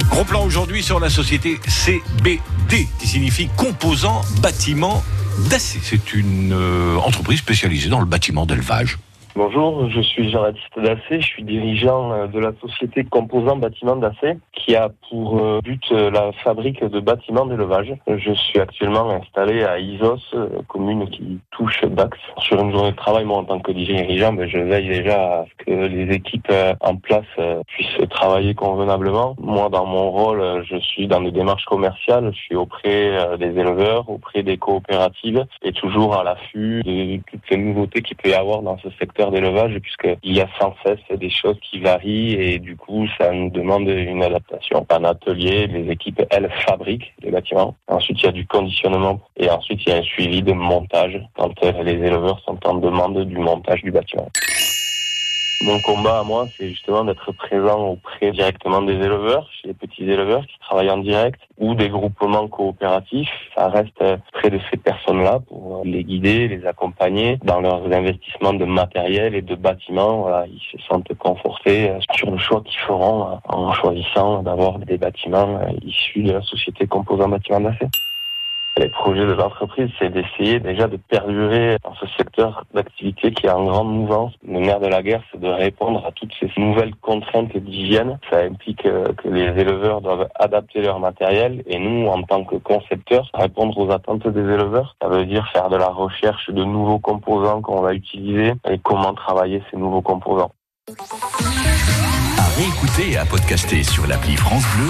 Gros plan aujourd'hui sur la société CBD, qui signifie Composants Bâtiments d'Assé. C'est une entreprise spécialisée dans le bâtiment d'élevage. Bonjour, je suis Jean-Baptiste Dassé, je suis dirigeant de la société Composants Bâtiments d'Assé qui a pour but la fabrique de bâtiments d'élevage. Je suis actuellement installé à Isos, commune qui touche Dax. Sur une journée de travail, moi en tant que dirigeant, je veille déjà à ce que les équipes en place puissent travailler convenablement. Moi dans mon rôle, je suis dans des démarches commerciales, je suis auprès des éleveurs, auprès des coopératives et toujours à l'affût de toutes les nouveautés qu'il peut y avoir dans ce secteur d'élevage, puisqu'il y a sans cesse des choses qui varient et du coup ça nous demande une adaptation. En atelier, les équipes elles fabriquent les bâtiments. Ensuite il y a du conditionnement et ensuite il y a un suivi de montage quand les éleveurs sont en demande du montage du bâtiment. Mon combat à moi, c'est justement d'être présent auprès directement des éleveurs, chez les petits éleveurs qui travaillent en direct, ou des groupements coopératifs. Ça reste près de ces personnes-là pour les guider, les accompagner dans leurs investissements de matériel et de bâtiments. Voilà, ils se sentent confortés sur le choix qu'ils feront en choisissant d'avoir des bâtiments issus de la société Composants Bâtiments d'Assé. Les projets de l'entreprise, c'est d'essayer déjà de perdurer dans ce secteur d'activité qui est en grande mouvance. Le nerf de la guerre, c'est de répondre à toutes ces nouvelles contraintes d'hygiène. Ça implique que les éleveurs doivent adapter leur matériel et nous, en tant que concepteurs, répondre aux attentes des éleveurs. Ça veut dire faire de la recherche de nouveaux composants qu'on va utiliser et comment travailler ces nouveaux composants. À réécouter et à podcaster sur l'appli France Bleu.